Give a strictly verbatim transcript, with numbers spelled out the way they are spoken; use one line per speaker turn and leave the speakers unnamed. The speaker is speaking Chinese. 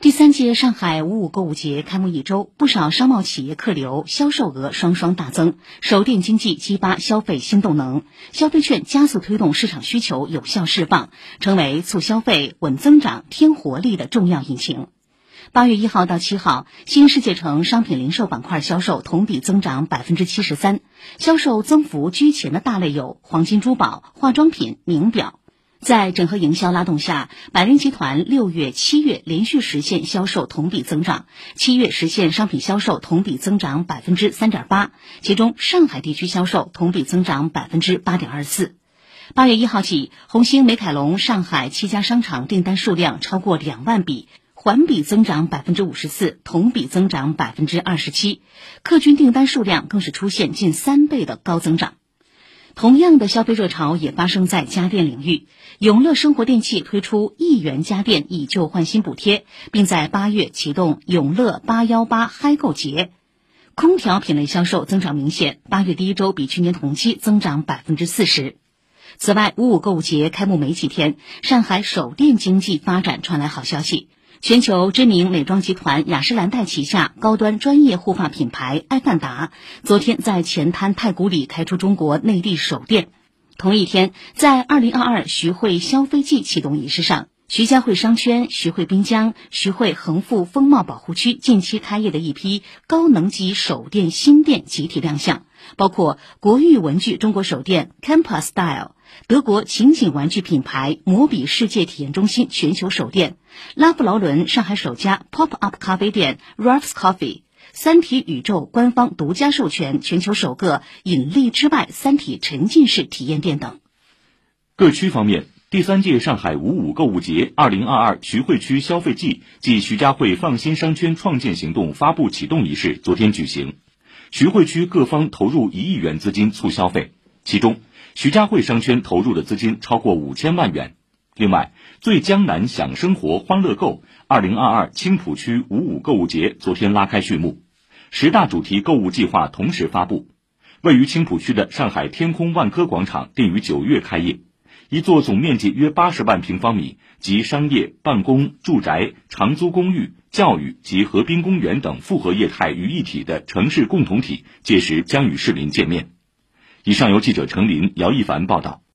第三届上海五五购物节开幕一周，不少商贸企业客流、销售额双双大增，手电经济激发消费新动能，消费券加速推动市场需求有效释放，成为促消费、稳增长、添活力的重要引擎。八月一号到七号，新世界城商品零售板块销售同比增长百分之七十三，销售增幅居前的大类有黄金珠宝、化妆品、名表。在整合营销拉动下，百联集团六月、七月连续实现销售同比增长，七月实现商品销售同比增长百分之三点八，其中上海地区销售同比增长百分之八点二四。八月一号起，红星美凯龙上海七家商场订单数量超过两万笔，环比增长百分之五十四，同比增长百分之二十七，客均订单数量更是出现近三倍的高增长。同样的消费热潮也发生在家电领域，永乐生活电器推出一元家电以旧换新补贴，并在八月启动永乐八一八嗨购节。空调品类销售增长明显，八月第一周比去年同期增长百分之四十。此外，五五购物节开幕没几天，上海手电经济发展传来好消息。全球知名美妆集团雅诗兰黛旗下高端专业护发品牌埃范达昨天在前滩太古里开出中国内地首店。同一天，在二零二二徐汇消费季启动仪式上，徐家汇商圈、徐汇滨江、徐汇恒富风貌保护区近期开业的一批高能级手电新店集体亮相，包括国誉文具中国首店 Campus Style、德国情景玩具品牌摩比世界体验中心全球首店，拉夫劳伦上海首家 Pop-up 咖啡店 Ralph's Coffee， 三体宇宙官方独家授权全球首个引力之外三体沉浸式体验店等。
各区方面，第三届上海五五购物节二零二二徐汇区消费季暨徐家汇放心商圈创建行动发布启动仪式昨天举行，徐汇区各方投入一亿元资金促消费，其中徐家汇商圈投入的资金超过五千万元。另外，最江南享生活欢乐购二零二二青浦区五五购物节昨天拉开序幕，十大主题购物计划同时发布。位于青浦区的上海天空万科广场定于九月开业，一座总面积约八十万平方米，集商业、办公、住宅、长租公寓、教育及河滨公园等复合业态于一体的城市共同体，届时将与市民见面。以上由记者程林、姚一凡报道。